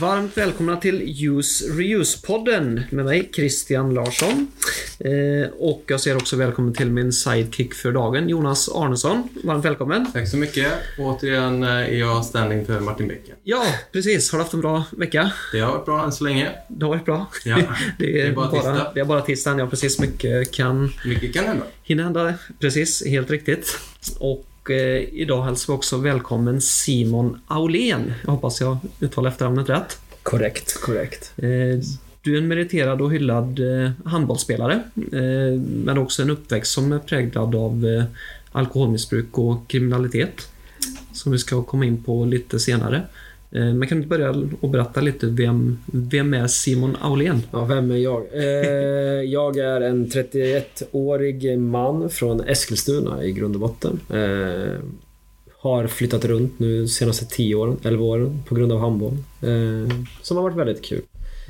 Varmt välkomna till Use Reuse-podden med mig, Christian Larsson. Och jag säger också välkommen till min sidekick för dagen, Jonas Arnesson. Varmt välkommen. Tack så mycket. Återigen är jag standing för Martin Bäcken. Ja, precis. Har du haft en bra vecka? Det har varit bra än så länge. Det har varit bra. Ja, det är bara tisdag. Det är bara tisdagen, ja precis. Mycket kan hända. Precis, helt riktigt. Och idag hälsar vi också välkommen Simon Aulén. Jag hoppas jag uttalar efternamnet rätt. Korrekt. Du är en meriterad och hyllad handbollsspelare, men också en uppväxt som är präglad av alkoholmissbruk och kriminalitet, som vi ska komma in på lite senare. Men kan du börja och berätta lite, vem är Simon Aulén? Ja, vem är jag? Jag är en 31-årig man från Eskilstuna i grund och botten. Har flyttat runt nu senaste 11 åren på grund av handboll. Som har varit väldigt kul.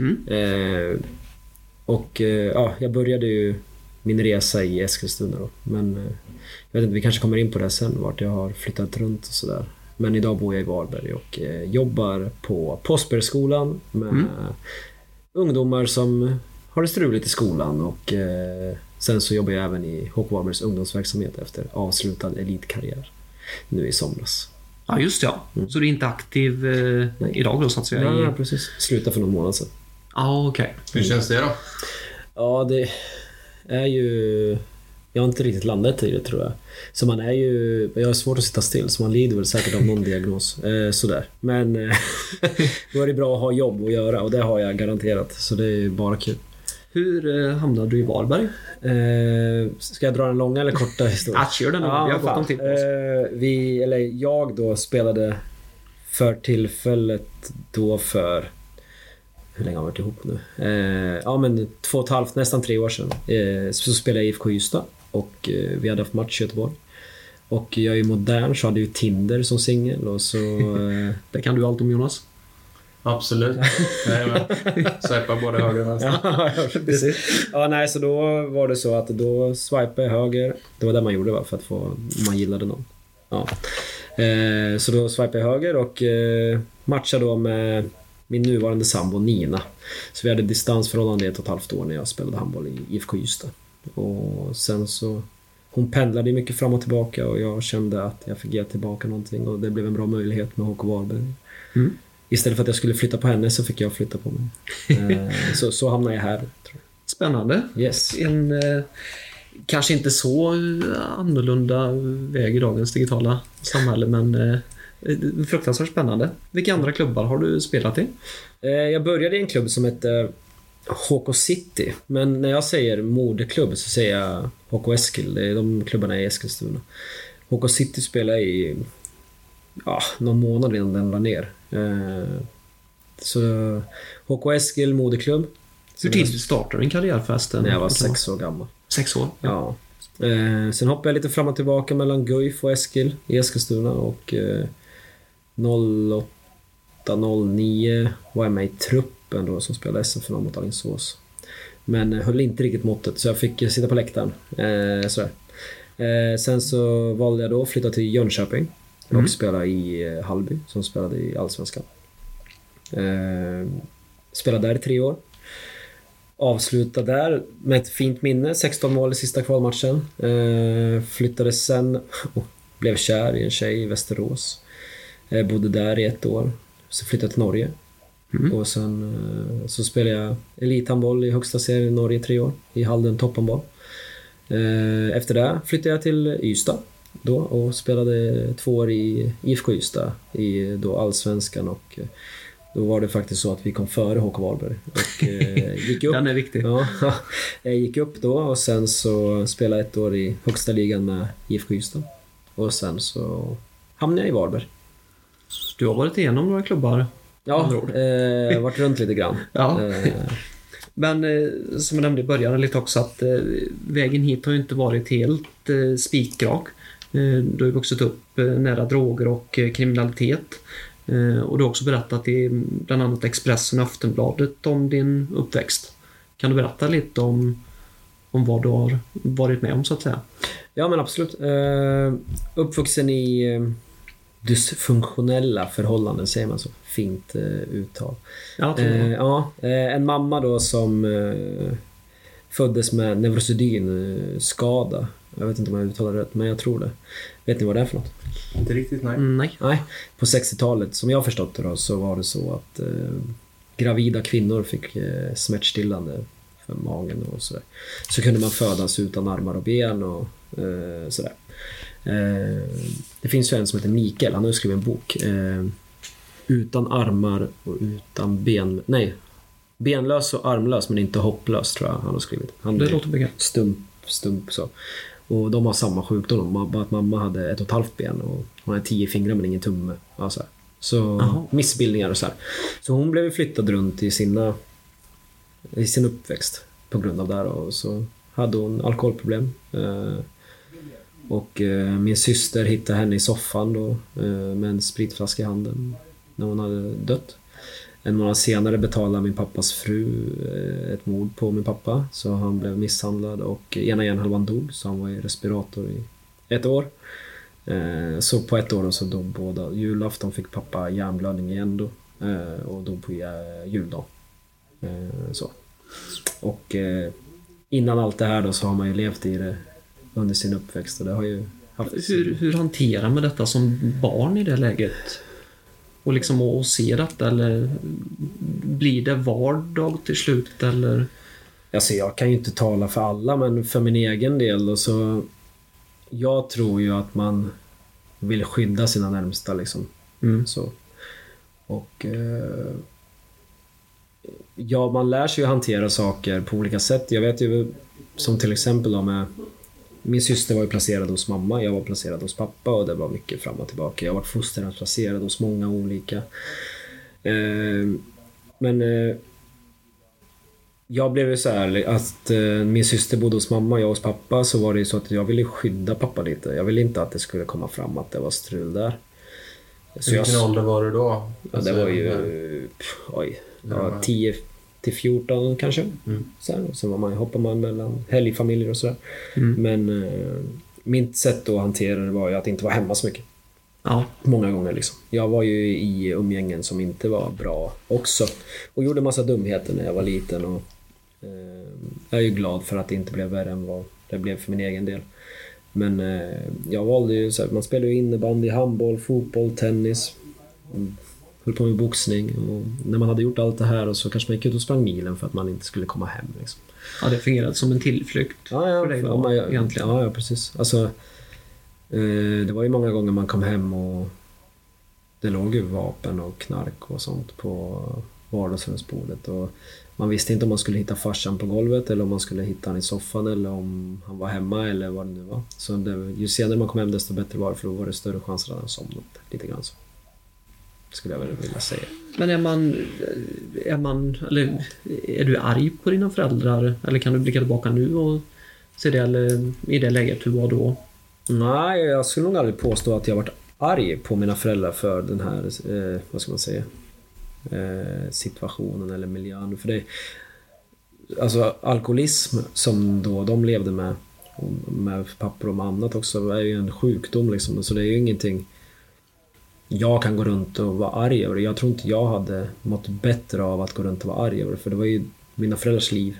Jag började ju min resa i Eskilstuna då. Men jag vet inte, vi kanske kommer in på det sen, vart jag har flyttat runt och sådär. Men idag bor jag i Varberg och jobbar på Postbergsskolan med ungdomar som har det struligt i skolan. Och sen så jobbar jag även i HK Varbergs ungdomsverksamhet efter avslutad elitkarriär nu i somras. Ja, just ja. Så du är inte aktiv idag då, så att säga? Ja, precis. Sluta för någon månad sedan. Ja, okej. Hur känns det då? Ja, det är ju... Jag har inte riktigt landat i det, tror jag. Så man är ju... Jag har svårt att sitta still, så man lider väl säkert av någon diagnos. Sådär. Men då är det bra att ha jobb att göra, och det har jag garanterat. Så det är bara kul. Hur hamnade du i Varberg? Ska jag dra den långa eller korta historien? Kör den. Ja, vi har gått om tid på oss. Jag då spelade för tillfället då för... Hur länge har vi varit ihop nu? Men 2,5, nästan 3 år sedan. Så spelade jag i IFK Ystad. Och vi hade haft match i Göteborg. Och jag är ju modern, så hade ju Tinder som singel. Och så... Det kan du allt om, Jonas. Absolut. Swipa både höger och vänster. Ja, precis. Så då var det så att då swipade jag höger. Det var det man gjorde, för att få, om man gillade någon. Ja. Så då swipade jag höger och matchade då med min nuvarande sambo Nina. Så vi hade distansförhållande 1,5 år när jag spelade handboll i IFK Ystad. Och sen så... Hon pendlade mycket fram och tillbaka, och jag kände att jag fick ge tillbaka någonting. Och det blev en bra möjlighet med HK Varberg. Istället för att jag skulle flytta på henne, så fick jag flytta på mig. Så hamnade jag här, tror jag. Spännande. Yes. En kanske inte så annorlunda väg i dagens digitala samhälle, men fruktansvärt spännande. Vilka andra klubbar har du spelat i? Jag började i en klubb som heter HK City. Men när jag säger moderklubb så säger jag HK Eskil. Det är de klubbarna i Eskilstuna. HK City spelade i någon månad innan den la ner. Så HK Eskil, moderklubb. Hur tidigt startade din karriär förresten? När jag var 6 år gammal. 6 år? Ja. Sen hoppade jag lite fram och tillbaka mellan Guif och Eskil i Eskilstuna. Och 08-09 var jag med i truppen då, som spelade SM-final mot Alingsås. Men höll inte riktigt måttet, så jag fick sitta på läktaren. Sen så valde jag då att flytta till Jönköping och spela i Hallby, som spelade i Allsvenskan. Spelade där i 3 år. Avslutade där med ett fint minne, 16 mål i sista kvalmatchen. Flyttade sen och blev kär i en tjej i Västerås. Bodde där i 1 år. Så flyttade jag till Norge. Och sen så spelade jag elithandboll i högsta serien i Norge i 3 år. I Halden topphandboll. Efter det flyttade jag till Ystad då, och spelade 2 år i IFK Ystad i då Allsvenskan, och då var det faktiskt så att vi kom före HK Varberg och gick upp. Den är viktig. Ja, jag gick upp då, och sen så spelade jag 1 år i högsta ligan med IFK Ystad. Och sen så hamnade jag i Varberg. Du har varit igenom några klubbar. Ja, varit runt lite grann. Ja. Men som jag nämnde i början lite också, att vägen hit har ju inte varit helt spikrak. Du har ju vuxit upp nära droger och kriminalitet. Och du har också berättat i bland annat Expressen och Aftonbladet om din uppväxt. Kan du berätta lite om vad du har varit med om, så att säga? Ja, men absolut. Uppvuxen i dysfunktionella förhållanden, säger man så fint uttal. Ja, en mamma då som föddes med neurosedynskada. Jag vet inte om jag uttalar rätt, men jag tror det. Vet ni vad det är för något? Inte riktigt, nej. Nej. På 60-talet, som jag har förstått det då, så var det så att gravida kvinnor fick smärtstillande för magen och sådär. Så kunde man födas utan armar och ben och sådär. Det finns ju en som heter Mikael, han har skrivit en bok. Utan armar och utan ben. Nej, benlös och armlös men inte hopplös, tror jag han har skrivit. Det låter bekant. Stump så. Och de har samma sjukdom, bara att mamma hade 1,5 ben och hon hade 10 fingrar men ingen tumme. Alltså. Så missbildningar och så här. Så hon blev flyttad runt i sin uppväxt på grund av det här, och så hade hon alkoholproblem. Och min syster hittade henne i soffan då, med en spritflaska i handen när hon hade dött. En månad senare betalade min pappas fru ett mord på min pappa, så han blev misshandlad och ena hjärnhalvan dog, så han var i respirator i 1 år. Så på 1 år så dog båda. Julafton fick pappa hjärnblödning igen då, och dog på juldag. Så. Och innan allt det här då så har man ju levt i det under sin uppväxt, och det har ju haft... Hur hanterar man detta som barn i det läget? Och liksom att se detta, eller blir det vardag till slut, eller? Alltså jag kan ju inte tala för alla, men för min egen del då, så jag tror ju att man vill skydda sina närmsta liksom. Så. Och ja, man lär sig ju hantera saker på olika sätt. Jag vet ju, som till exempel då med min syster var ju placerad hos mamma, jag var placerad hos pappa, och det var mycket fram och tillbaka. Jag var fosterhemsplacerad hos många olika. Men jag blev ju så här att min syster bodde hos mamma, jag hos pappa, så var det ju så att jag ville skydda pappa lite. Jag ville inte att det skulle komma fram att det var strul där. Så vilken ålder var du då? Ja, det var ju 10 till 14 kanske. Så här, och sen hoppade man mellan helgfamiljer och sådär. Men mitt sätt att hantera det var ju att inte vara hemma så mycket. Ja. Många gånger liksom. Jag var ju i umgängen som inte var bra också, och gjorde massa dumheter när jag var liten, och jag är ju glad för att det inte blev värre än vad det blev för min egen del. Men jag valde ju så här, man spelade ju innebandy, handboll, fotboll, tennis, höll på med boxning, och när man hade gjort allt det här, och så kanske man gick ut och sprang milen för att man inte skulle komma hem liksom. Ja, det fungerade som en tillflykt för dig då, egentligen. Ja, precis. Alltså, det var ju många gånger man kom hem och det låg ju vapen och knark och sånt på vardagsrumsbordet, och man visste inte om man skulle hitta farsan på golvet eller om man skulle hitta han i soffan eller om han var hemma eller vad det nu var. Så ju senare man kom hem desto bättre var det, för då var det större chanser att han somnat lite grann så. Skulle jag väl vilja säga. Men eller är du arg på dina föräldrar, eller kan du blicka tillbaka nu och se det, eller i det läget du var då? Nej, jag skulle nog aldrig påstå att jag varit arg på mina föräldrar för den här vad ska man säga, situationen eller miljön, för det, alltså alkoholism som då de levde med pappor och annat också, är ju en sjukdom liksom, så det är ju ingenting jag kan gå runt och vara arg över. Jag tror inte jag hade mått bättre av att gå runt och vara arg över det, för det var ju mina föräldrars liv.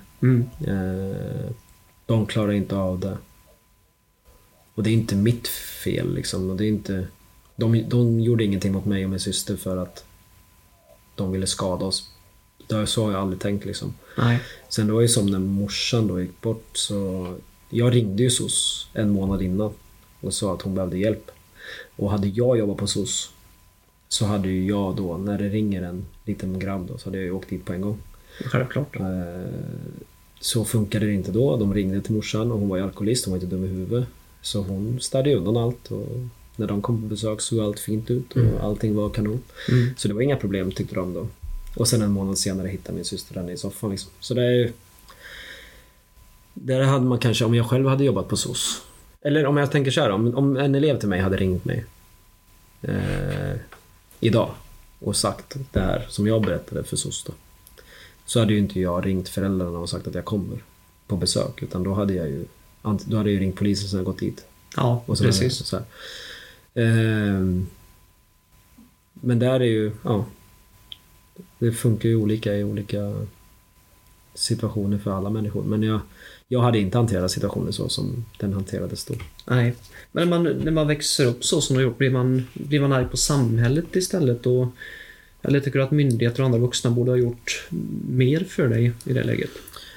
De klarar inte av det. Och det är inte mitt fel liksom. Och det är inte, de gjorde ingenting mot mig och min syster för att de ville skada oss. Så har jag aldrig tänkt liksom. Nej. Sen det var ju som när morsan då gick bort, så jag ringde ju SOS 1 månad innan och sa att hon behövde hjälp. Och hade jag jobbat på SOS så hade ju jag då, när det ringer en liten grabb då, så hade jag ju åkt dit på en gång. Självklart. Så funkade det inte då. De ringde till morsan och hon var ju alkoholist, hon var inte dum i huvudet. Så hon städde undan allt, och när de kom på besök såg allt fint ut och allting var kanon. Så det var inga problem tyckte de då. Och sen 1 månad senare hittade min syster den i soffan liksom. Så det är ju, där hade man kanske, om jag själv hade jobbat på SOS, eller om jag tänker så här, om en elev till mig hade ringt mig idag och sagt det här som jag berättade för SOS då, så hade ju inte jag ringt föräldrarna och sagt att jag kommer på besök, utan då hade jag ju ringt polisen som hade gått dit. Ja, och så precis. Så här. Men där är ju, ja, det funkar ju olika i olika situationer för alla människor. Men jag hade inte hanterat situationen så som den hanterades då. Nej, men när man växer upp så som du har gjort, blir man arg på samhället istället? Eller tycker du att myndigheter och andra vuxna borde ha gjort mer för dig i det läget?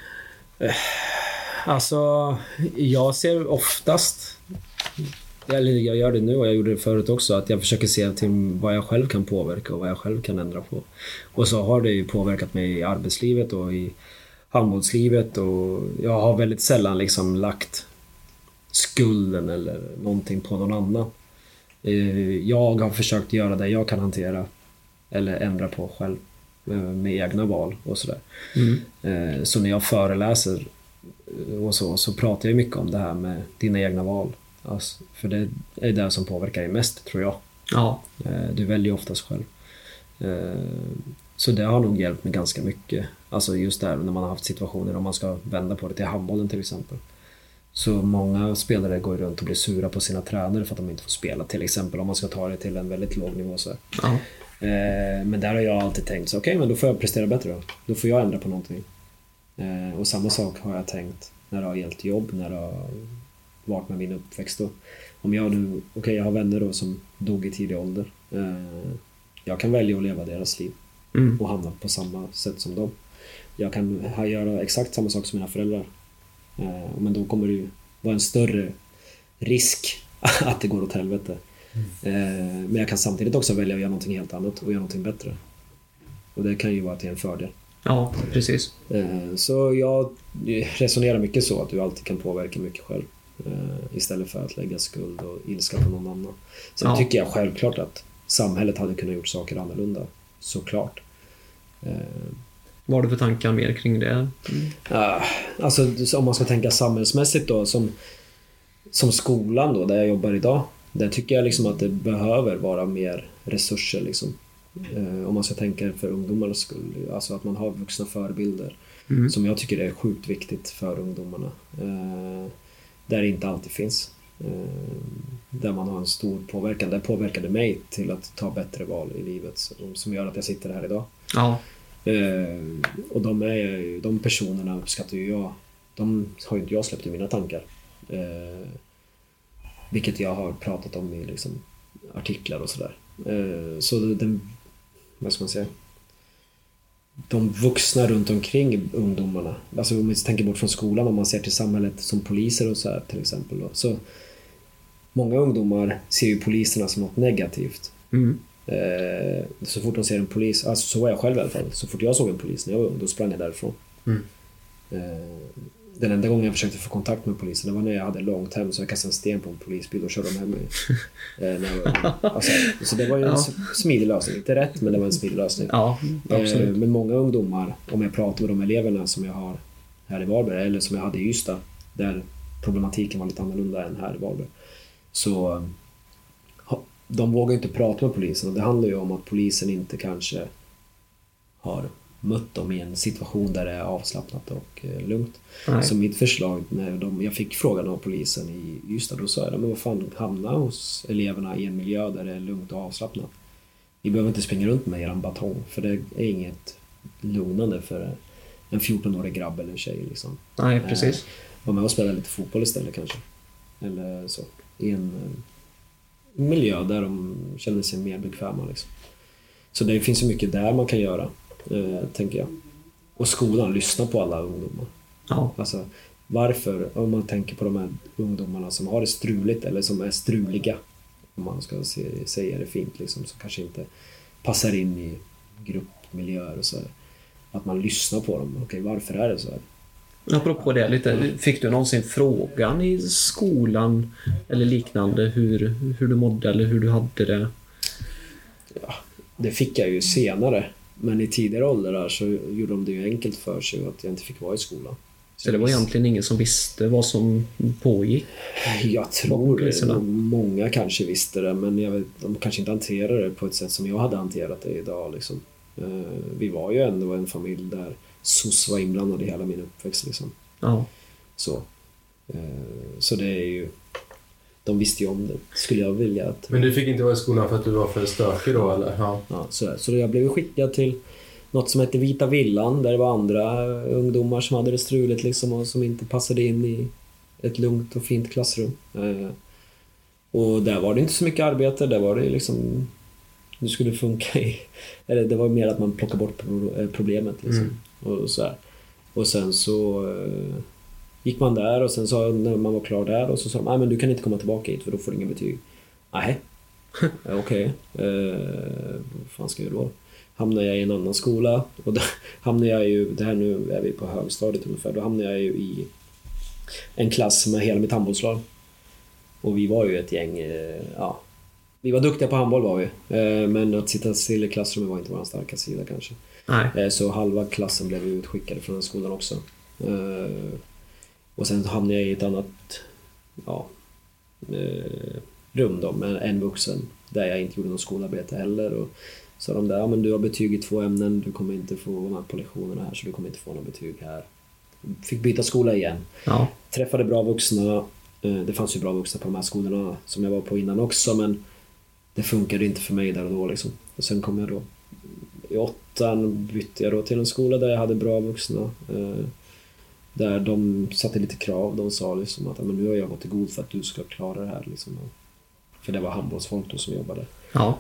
Alltså, jag ser oftast, eller jag gör det nu och jag gjorde det förut också, att jag försöker se till vad jag själv kan påverka och vad jag själv kan ändra på. Och så har det ju påverkat mig i arbetslivet och i handbollslivet, och jag har väldigt sällan liksom lagt skulden eller någonting på någon annan. Jag har försökt göra det jag kan hantera eller ändra på själv med egna val och sådär. Så när jag föreläser och så pratar jag mycket om det här med dina egna val. Alltså, för det är det som påverkar dig mest, tror jag. Ja. Du väljer oftast själv. Så det har nog hjälpt mig ganska mycket. Alltså just där när man har haft situationer, om man ska vända på det till handbollen till exempel. Så många spelare går runt och blir sura på sina tränare för att de inte får spela, till exempel, om man ska ta det till en väldigt låg nivå så. Ja. Men där har jag alltid tänkt så, okej, men då får jag prestera bättre då. Då får jag ändra på någonting. Och samma sak har jag tänkt när det har gällt jobb, när det har varit med min uppväxt då. Om jag nu, jag har vänner då som dog i tidig ålder. Jag kan välja att leva deras liv och hamna på samma sätt som dem. Jag kan göra exakt samma sak som mina föräldrar. Men då kommer det ju vara en större risk att det går åt helvete. Men jag kan samtidigt också välja att göra någonting helt annat och göra någonting bättre. Och det kan ju vara till en fördel. Ja, precis. Så jag resonerar mycket så att du alltid kan påverka mycket själv. Istället för att lägga skuld och ilska på någon annan. Sen tycker jag självklart att samhället hade kunnat gjort saker annorlunda. Såklart. Vad har du för tankar mer kring det? Alltså om man ska tänka samhällsmässigt då, som skolan då, där jag jobbar idag, där tycker jag liksom att det behöver vara mer resurser liksom. Om man ska tänka för ungdomarnas skull, alltså att man har vuxna förebilder som jag tycker är sjukt viktigt för ungdomarna, där det inte alltid finns, där man har en stor påverkan. Det påverkade mig till att ta bättre val i livet som gör att jag sitter här idag. Ja. Och de personerna uppskattar ju jag. De har ju inte jag släppt i mina tankar, vilket jag har pratat om i liksom artiklar och sådär. Så vad ska man säga, de vuxna runt omkring ungdomarna, alltså om vi tänker bort från skolan, om man ser till samhället som poliser och så här till exempel då, så många ungdomar ser ju poliserna som något negativt. Så fort de ser en polis, alltså så var jag själv i alla fall, så fort jag såg en polis när jag var ung, då sprang jag därifrån. Den enda gången jag försökte få kontakt med polisen, det var när jag hade långt hem, så jag kastade en sten på en polisbil och körde dem hem. Alltså, så det var ju en smidig lösning, inte rätt, men det var en smidig lösning. Ja, absolut. Men många ungdomar, om jag pratar med de eleverna som jag har här i Varberg, eller som jag hade i Ystad, där problematiken var lite annorlunda än här i Varberg, så de vågar inte prata med polisen, och det handlar ju om att polisen inte kanske har mött dem i en situation där det är avslappnat och lugnt. Nej. Så mitt förslag, när jag fick frågan av polisen i Ystad, då sa jag, men vad fan, hamna hos eleverna i en miljö där det är lugnt och avslappnat. Vi behöver inte springa runt med eran batong, för det är inget lugnande för en 14-årig grabb eller en tjej liksom. Nej, precis. Var med och spela lite fotboll istället kanske. Eller så. I en miljö där de känner sig mer bekväma liksom. Så det finns ju mycket där man kan göra, tänker jag. Och skolan, lyssna på alla ungdomar. Ja. Alltså, varför, om man tänker på de här ungdomarna som har det struligt eller som är struliga, om man ska säga det fint liksom, som kanske inte passar in i gruppmiljöer och så här. Att man lyssnar på dem. Okej, varför är det så här? Apropå det lite, fick du någonsin frågan i skolan eller liknande hur du mådde eller hur du hade det? Ja, det fick jag ju senare. Men i tidigare åldrar så gjorde de det ju enkelt för sig att jag inte fick vara i skolan. Så det var egentligen ingen som visste vad som pågick? Jag tror det. Många kanske visste det, men de kanske inte hanterade det på ett sätt som jag hade hanterat det idag. Liksom. Vi var ju ändå en familj där SOS var inblandad i hela min uppväxt. Liksom. Ja. Så det är ju... de visste ju om det. Skulle jag vilja att... Men du fick inte vara i skolan för att du var för stökig då, eller? Ja. Ja, så jag blev skickad till något som hette Vita Villan, där det var andra ungdomar som hade det struligt liksom, och som inte passade in i ett lugnt och fint klassrum. Och där var det inte så mycket arbete, där var det liksom... Det skulle funka i... Eller det var mer att man plockade bort problemet liksom. Och så här. Och sen så gick man där, och sen så när man var klar där, och så sa de, nej men du kan inte komma tillbaka hit för då får du inga betyg. Nej. Okej. Vad fan ska jag då? Hamnar jag i en annan skola, och då hamnar jag ju, det här nu är vi på högstadiet ungefär, då hamnar jag ju i en klass med hela mitt handbollslag. Och vi var ju ett gäng, vi var duktiga på handboll var vi, men att sitta still i klassrummet var inte vår starka sida kanske. Nej. Så halva klassen blev utskickade från den skolan också. Och sen hamnade jag i ett annat rum då, med en vuxen, där jag inte gjorde någon skolarbete heller. Och så de där, men du har betyg i 2 ämnen, du kommer inte få vara med på lektionerna här, så du kommer inte få någon betyg här. Fick byta skola igen. Ja. Träffade bra vuxna. Det fanns ju bra vuxna på de här skolorna som jag var på innan också, men det funkade inte för mig där och då liksom. Och sen kom jag då i 8:an, bytte jag då till en skola där jag hade bra vuxna, där de satte lite krav. De sa liksom att men nu har jag gått i god för att du ska klara det här liksom. För det var handbollsfolk då som jobbade. Ja.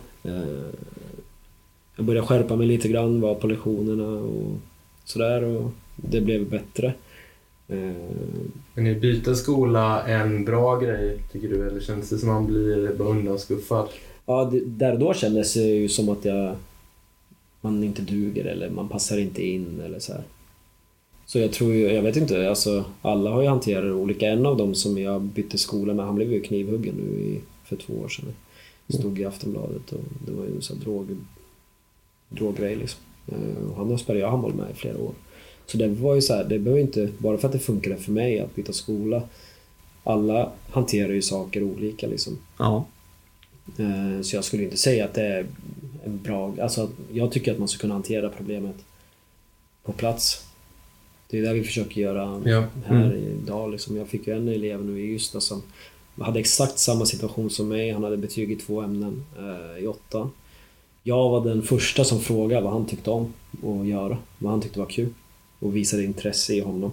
Jag började skärpa mig lite grann, var på lektionerna och sådär, och det blev bättre. Men är byta skola en bra grej, tycker du? Eller känns det som man blir undanskuffad? Ja, där och då kändes det ju som att man inte duger, eller man passar inte in eller så här. Så jag tror ju, jag vet inte, alltså alla har ju hanterat olika. En av dem som jag bytte skola med, han blev ju knivhuggen nu för 2 år sedan. Stod i Aftonbladet, och det var ju en sån droggrej liksom. Och han har spelat handboll med i flera år. Så det var ju så här, det behöver inte, bara för att det funkade för mig att byta skola. Alla hanterar ju saker olika liksom. Ja. Så jag skulle inte säga att det är en bra, alltså jag tycker att man ska kunna hantera problemet på plats. Det är det vi försöker göra här idag liksom. Jag fick ju en elev nu i Ystad som hade exakt samma situation som mig. Han hade betyg i 2 ämnen i 8. Jag var den första som frågade vad han tyckte om att göra, vad han tyckte var kul, och visade intresse i honom.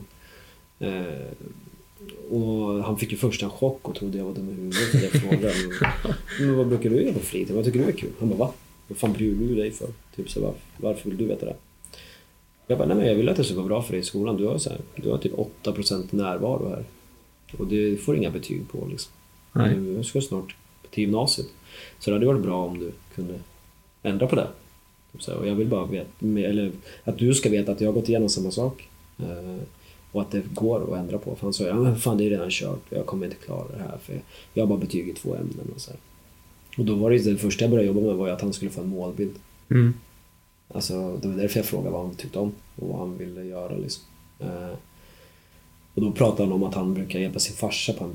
Och han fick ju först en chock och trodde jag var dum i huvudet för det frågan. Men vad brukar du göra på fritid? Vad tycker du är kul? Han bara, va? Vad fan bryr du dig för? Typ så, varför vill du veta det? Jag bara, nej men jag vill att det ska gå bra för dig i skolan. Du har typ 8% närvaro här. Och du får inga betyg på liksom. Nej. Du ska snart till gymnasiet. Så det hade varit bra om du kunde ändra på det. Och jag vill bara veta, eller att du ska veta att jag har gått igenom samma sak. Och att det går att ändra på. För han sa, ja men fan det är redan kört. Jag kommer inte klara det här. För jag har bara betyg i 2 ämnen och så här. Och då var det första jag började jobba med var att han skulle få en målbild. Alltså det var därför jag frågade vad han tyckte om och vad han ville göra liksom. Och då pratade han om att han brukar hjälpa sin farsa på en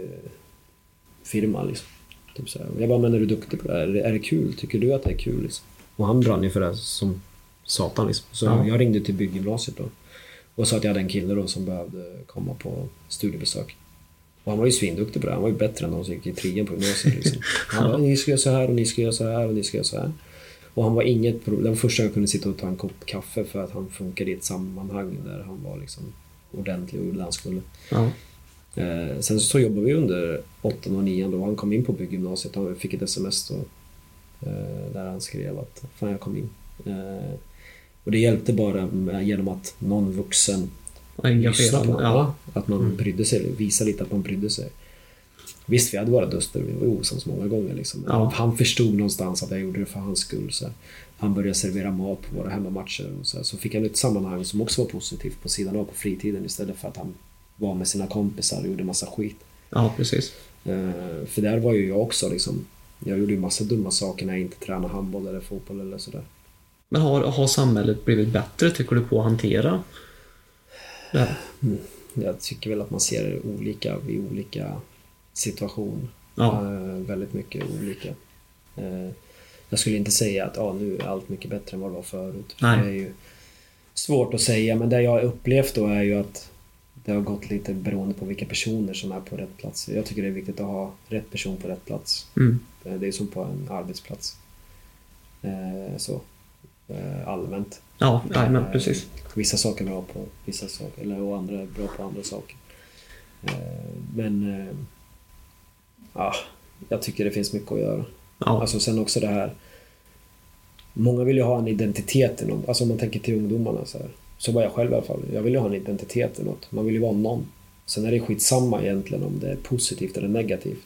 byggfirma liksom. Typ så här. Jag bara, men är du duktig på det här? Är det kul? Tycker du att det är kul liksom? Och han brann ju för det som satan liksom. Så jag ringde till bygggymnasiet då och sa att jag hade en kille då som behövde komma på studiebesök. Och han var ju svinduktig på det. Han var ju bättre än de som gick i 3:an på gymnasiet liksom. Han bara, ni ska göra så här och ni ska göra så här och ni ska göra så här. Och han var inget problem. Den första jag kunde sitta och ta en kopp kaffe för att han funkade i ett sammanhang där han var liksom ordentlig och gjorde det han skulle. Ja. Sen så jobbade vi under 8:an och 9:an då, och han kom in på bygggymnasiet. Han fick ett sms då, där han skrev att fan jag kom in. Och det hjälpte bara genom att någon vuxen lyssnade på honom. Att man brydde sig, visade lite att man brydde sig. Visst, vi hade varit duster, vi var osams många gånger liksom. Han förstod någonstans att jag gjorde det för hans skull. Så han började servera mat på våra hemmamatcher och så fick han ett sammanhang som också var positivt på sidan av på fritiden, istället för att han var med sina kompisar och gjorde massa skit. Ja, precis. För där var ju jag också liksom. Jag gjorde ju massa dumma saker när jag inte tränade handboll eller fotboll eller sådär. Men har samhället blivit bättre, tycker du, på att hantera det här? Jag tycker väl att man ser det olika vid olika situation. Väldigt mycket olika. Jag skulle inte säga att nu är allt mycket bättre än vad det var förut. Nej. Det är ju svårt att säga, men det jag har upplevt då är ju att det har gått lite beroende på vilka personer som är på rätt plats. Jag tycker det är viktigt att ha rätt person på rätt plats. Det är som på en arbetsplats. Allmänt. Ja, men precis. Vissa saker är bra på vissa saker, och andra är bra på andra saker. Jag tycker det finns mycket att göra. Ja. Alltså sen också det här, många vill ju ha en identitet i något. Alltså om man tänker till ungdomarna så var jag själv i alla fall. Jag vill ju ha en identitet i något. Man vill ju vara någon. Sen är det skitsamma egentligen om det är positivt eller negativt.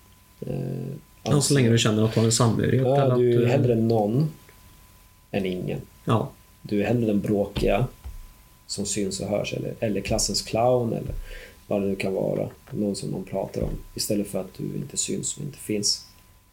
Så länge du känner att du har en samhörighet. Ja, du är hellre någon än ingen. Ja. Du är hellre den bråkiga som syns och hörs, eller klassens clown, eller vad det nu kan vara. Någon som man pratar om, istället för att du inte syns och inte finns.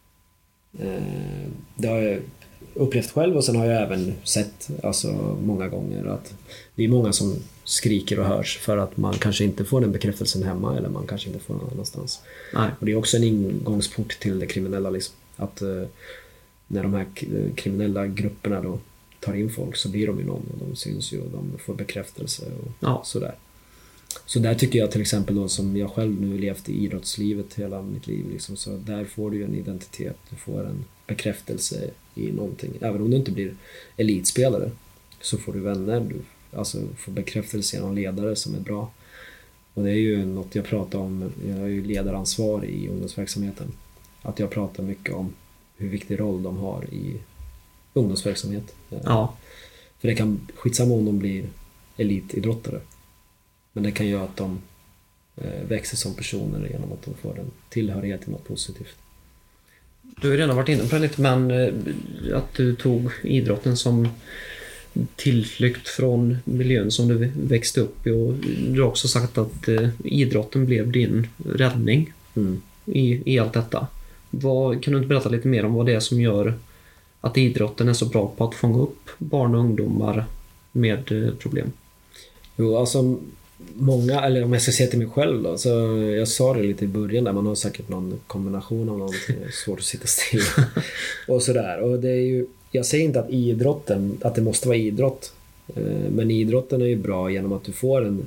Det har jag upplevt själv, och sen har jag även sett många gånger att det är många som skriker och hörs för att man kanske inte får den bekräftelsen hemma, eller man kanske inte får någon annanstans. Nej. Och det är också en ingångsport till det kriminella liksom. Att när de här kriminella grupperna då tar in folk, så blir de ju någon, och de syns ju och de får bekräftelse och sådär. Så där tycker jag till exempel då, som jag själv nu levt i idrottslivet hela mitt liv liksom, så där får du ju en identitet, du får en bekräftelse i någonting. Även om du inte blir elitspelare så får du vänner, du får bekräftelse genom ledare som är bra. Och det är ju något jag pratar om, jag är ju ledaransvar i ungdomsverksamheten. Att jag pratar mycket om hur viktig roll de har i ungdomsverksamhet. Ja. För det kan skitsamma om de blir elitidrottare. Men det kan göra att de växer som personer genom att de får en tillhörighet till något positivt. Du har ju redan varit inne på det lite, men att du tog idrotten som tillflykt från miljön som du växte upp i, och du har också sagt att idrotten blev din räddning i allt detta. Kan du inte berätta lite mer om vad det är som gör att idrotten är så bra på att fånga upp barn och ungdomar med problem? Jo, alltså många, eller om jag ska säga till mig själv då, så jag sa det lite i början där, man har säkert någon kombination av någonting, svårt att sitta still och sådär, och det är ju, jag säger inte att idrotten, att det måste vara idrott, men idrotten är ju bra genom att du får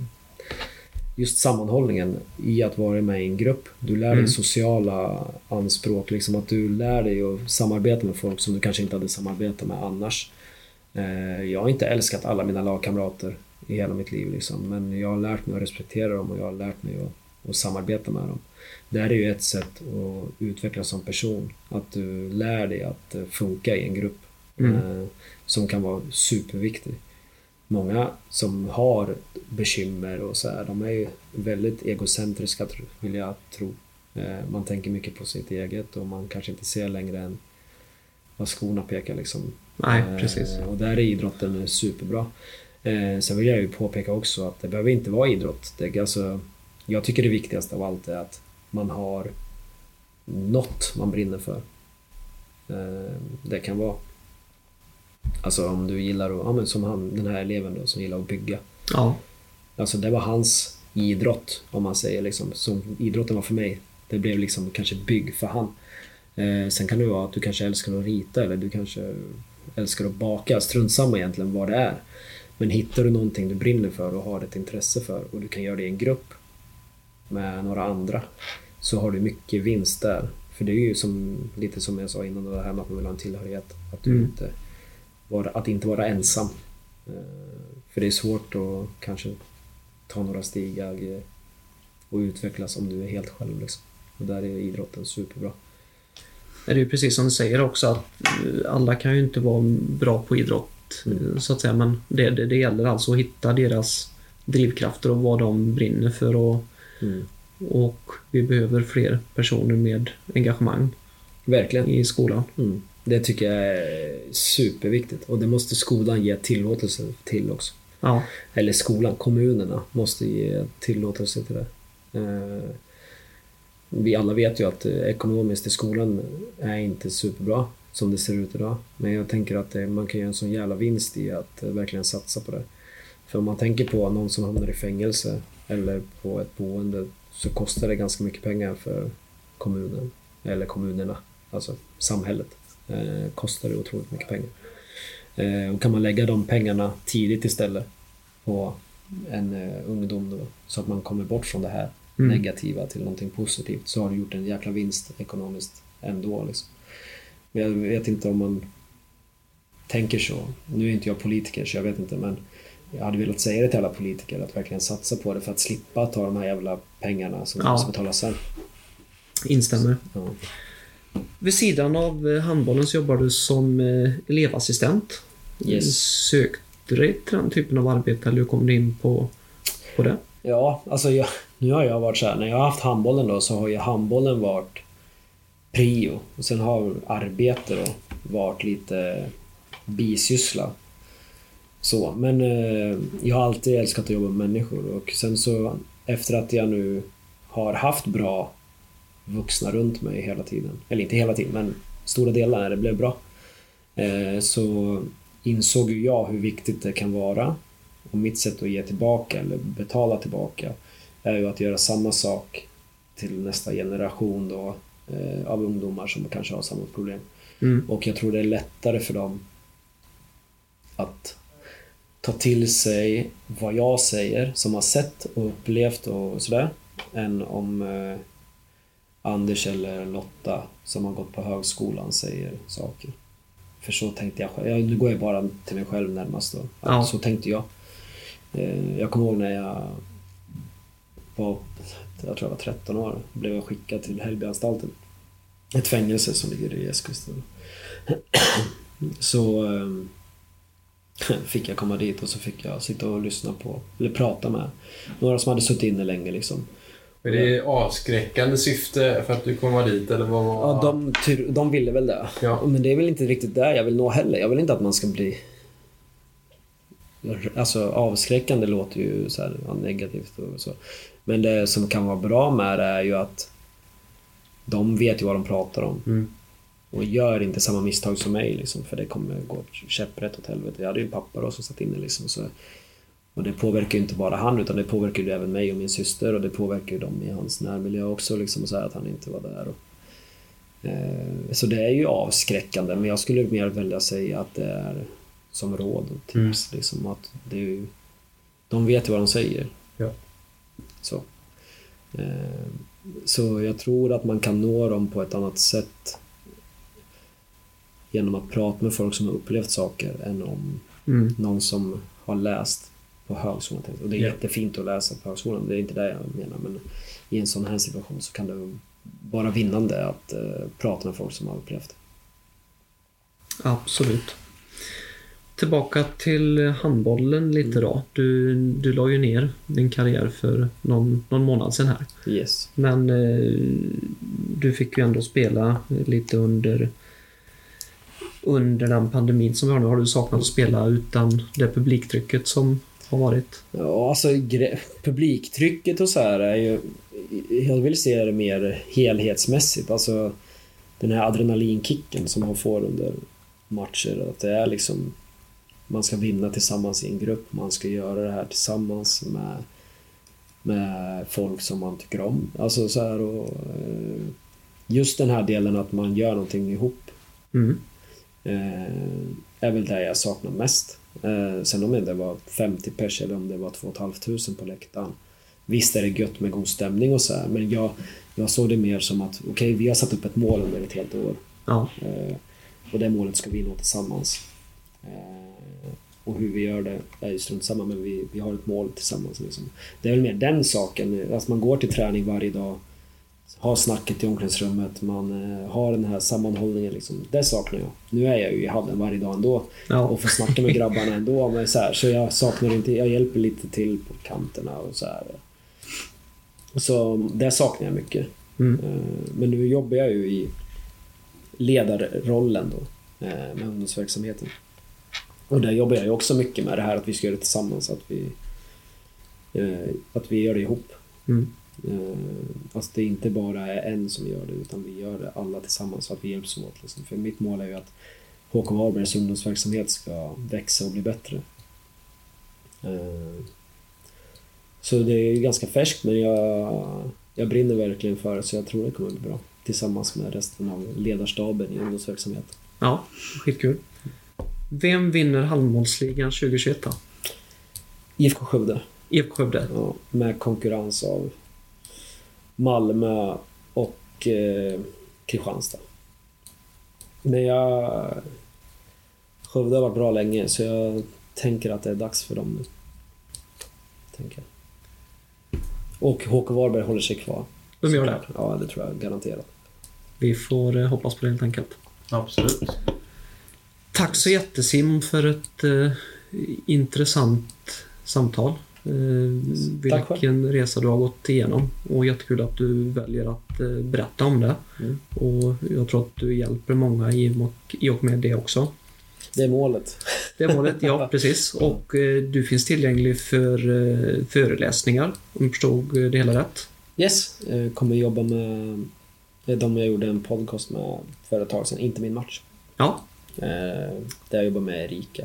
just sammanhållningen i att vara med i en grupp. Du lär dig sociala anspråk, liksom att du lär dig att samarbeta med folk som du kanske inte hade samarbetat med annars. Jag har inte älskat alla mina lagkamrater i hela mitt liv liksom, men jag har lärt mig att respektera dem, och jag har lärt mig att samarbeta med dem. Det här är ju ett sätt att utvecklas som person, att du lär dig att funka i en grupp som kan vara superviktig. Många som har bekymmer och så här, de är ju väldigt egocentriska, vill jag tro. Man tänker mycket på sitt eget, och man kanske inte ser längre än vad skorna pekar liksom. Nej, precis. Och där är idrotten superbra. Sen vill jag ju påpeka också att det behöver inte vara idrott. Jag tycker det viktigaste av allt är att man har något man brinner för. Det kan vara, alltså om du gillar att, som den här eleven då, som gillar att bygga. Ja. Alltså det var hans idrott, om man säger liksom, som idrotten var för mig. Det blev liksom kanske bygg för han. Sen kan det vara att du kanske älskar att rita, eller du kanske älskar att baka. Strunt samma egentligen vad det är. Men hittar du någonting du brinner för och har ett intresse för, och du kan göra det i en grupp med några andra, så har du mycket vinst där. För det är ju lite som jag sa innan, det här med att man vill ha en tillhörighet. Att inte vara ensam. För det är svårt att kanske ta några stigar och utvecklas om du är helt själv liksom. Och där är idrotten superbra. Det är ju precis som du säger också, att alla kan ju inte vara bra på idrott så att säga, men det gäller alltså att hitta deras drivkrafter och vad de brinner för, och vi behöver fler personer med engagemang. Verkligen. I skolan. Det tycker jag är superviktigt, och det måste skolan ge tillåtelse till också. Ja. Eller skolan, kommunerna måste ge tillåtelse till det. Vi alla vet ju att ekonomiskt i skolan är inte superbra som det ser ut idag. Men jag tänker att man kan göra en sån jävla vinst i att verkligen satsa på det. För om man tänker på någon som hamnar i fängelse eller på ett boende, så kostar det ganska mycket pengar för kommunen. Eller kommunerna, alltså samhället. Kostar det otroligt mycket pengar. Och kan man lägga de pengarna tidigt istället på ungdom då, så att man kommer bort från det här negativa till någonting positivt, så har du gjort en jäkla vinst ekonomiskt ändå liksom. Men jag vet inte om man tänker så. Nu är inte jag politiker så jag vet inte, men jag hade velat säga det till alla politiker att verkligen satsa på det för att slippa ta de här jävla pengarna som måste betalas sen. Instämmer. Ja. Vid sidan av handbollen så jobbar du som elevassistent. Yes. Sökte du dig till den typen av arbete eller hur kom du in på det? Ja, alltså nu har jag varit så här, när jag har haft handbollen då så har ju handbollen varit prio och sen har arbete då varit lite bisyssla. Så, men jag har alltid älskat att jobba med människor och sen så efter att jag nu har haft bra vuxna runt mig hela tiden, eller inte hela tiden men stora delar när det blev bra, så insåg ju jag hur viktigt det kan vara, och mitt sätt att ge tillbaka eller betala tillbaka är ju att göra samma sak till nästa generation då, av ungdomar som kanske har samma problem. Och jag tror det är lättare för dem att ta till sig vad jag säger som har sett och upplevt och sådär, än om Anders eller Lotta som har gått på högskolan säger saker. För så tänkte jag själv. Nu går jag bara till mig själv närmast då. Ja. Så tänkte jag. Jag kommer ihåg när jag tror jag var 13 år, blev jag skickad till Hällbyanstalten. Ett fängelse som ligger i Eskilstuna. Så fick jag komma dit och så fick jag sitta och lyssna på, eller prata med några som hade suttit inne länge liksom. Men det är avskräckande syfte för att du kommer dit eller vad var... Ja, de ville väl det. Ja. Men det är väl inte riktigt där jag vill nå heller. Jag vill inte att man ska bli... Alltså avskräckande låter ju så här, negativt och så. Men det som kan vara bra med det är ju att de vet ju vad de pratar om. Och gör inte samma misstag som mig liksom, för det kommer gå käpprätt åt helvete. Jag hade ju en pappa då som satt inne liksom, så. Och det påverkar ju inte bara han utan det påverkar ju även mig och min syster, och det påverkar ju dem i hans närmiljö också liksom, så här, att han inte var där och, så det är ju avskräckande, men jag skulle mer välja säga att det är som råd och tips liksom, att det är ju, de vet ju vad de säger. Ja. Så jag tror att man kan nå dem på ett annat sätt genom att prata med folk som har upplevt saker än om någon som har läst på högskolan. Och det är jättefint att läsa på högskolan, det är inte det jag menar, men i en sån här situation så kan det vara vinnande att prata med folk som har upplevt det. Absolut. Tillbaka till handbollen lite då. Du la ju ner din karriär för någon månad sedan här. Yes. Men du fick ju ändå spela lite under den pandemin som vi har nu. Har du saknat att spela utan det publiktrycket som har varit? Ja, alltså publiktrycket och så här är ju, jag vill se det mer helhetsmässigt. Alltså den här adrenalinkicken som man får under matcher, att det är liksom, man ska vinna tillsammans i en grupp, man ska göra det här tillsammans med folk som man tycker om. Alltså så här, och just den här delen att man gör någonting ihop är väl det jag saknar mest. Sen om det var 50 pers eller om det var 2 500 på läktaren, visst är det gött med god stämning och så här, men jag såg det mer som att okej, vi har satt upp ett mål under ett helt år. Ja. Och det målet ska vi nå tillsammans. Och hur vi gör det är ju strunt samma, men vi har ett mål tillsammans liksom. Det är väl mer den saken, att man går till träning varje dag, har snacket i omklädningsrummet, man har den här sammanhållningen liksom. Det saknar jag. Nu är jag ju i hallen varje dag ändå och får snacka med grabbarna ändå, men så jag saknar inte, jag hjälper lite till på kanterna och så här. Så det saknar jag mycket. Men nu jobbar jag ju i ledarrollen då med ungdomsverksamheten. Och där jobbar jag ju också mycket med det här att vi ska göra det tillsammans, att vi gör det ihop. Fast det inte bara är en som gör det, utan vi gör det alla tillsammans så att vi hjälps åt liksom. För mitt mål är ju att HK Varbergs ungdomsverksamhet ska växa och bli bättre. Så det är ju ganska färskt, men jag brinner verkligen för det, så jag tror det kommer bli bra tillsammans med resten av ledarstaben i ungdomsverksamheten. Ja, skitkul. Vem vinner handbollsligan 2021 då? IFK Skövde. IFK Skövde. Ja, med konkurrens av Malmö och Kristianstad. Men Skövde har varit bra länge, så jag tänker att det är dags för dem nu. Tänker. Och HK Varberg håller sig kvar. De gör det? Ja, det tror jag garanterat. Vi får hoppas på det helt enkelt. Absolut. Tack så jättesim för ett intressant samtal. Vilken resa du har gått igenom. Och jättekul att du väljer att berätta om det. Och jag tror att du hjälper många i och med det också. Det är målet. Det är målet, ja precis. Och du finns tillgänglig för föreläsningar, om jag förstod det hela rätt. Yes, kommer jobba med de jag gjorde en podcast med företag sedan, Inte min match. Ja. Där jag jobbar med Erika.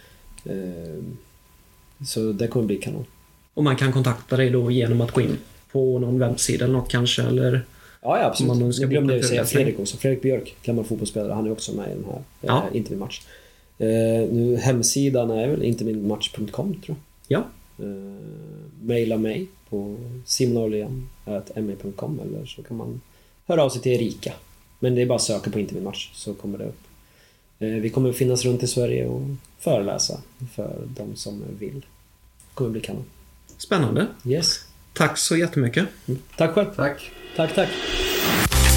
Så det kommer bli kanon. Och man kan kontakta dig då genom att gå in på någon webbsida eller något kanske, eller? Ja, absolut. Nu glömde jag säga Fredrik också. Fredrik Björk, gammal fotbollsspelare, han är också med i den här Inte min match. Nu hemsidan är väl inteminmatch.com, tror jag. Ja. Maila mig på simonolian@ma.com, eller så kan man höra av sig till Erika. Men det är bara att söka på Inte min match så kommer det upp. Vi kommer att finnas runt i Sverige och föreläsa för de som vill. Det kommer bli kanon. Spännande. Yes. Tack så jättemycket. Tack själv. Tack. Tack.